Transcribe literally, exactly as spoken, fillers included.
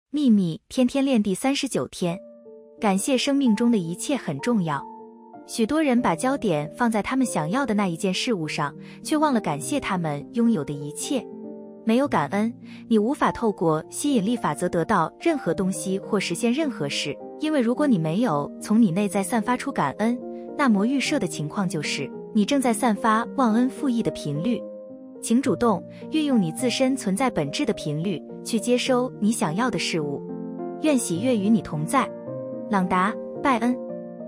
秘密天天练第三十九天，感谢生命中的一切很重要。许多人把焦点放在他们想要的那一件事物上，却忘了感谢他们拥有的一切。没有感恩，你无法透过吸引力法则得到任何东西或实现任何事，因为如果你没有从你内在散发出感恩，那么预设的情况就是你正在散发忘恩负义的频率。请主动运用你自身存在本质的频率，去接收你想要的事物。愿喜悦与你同在。朗达·拜恩。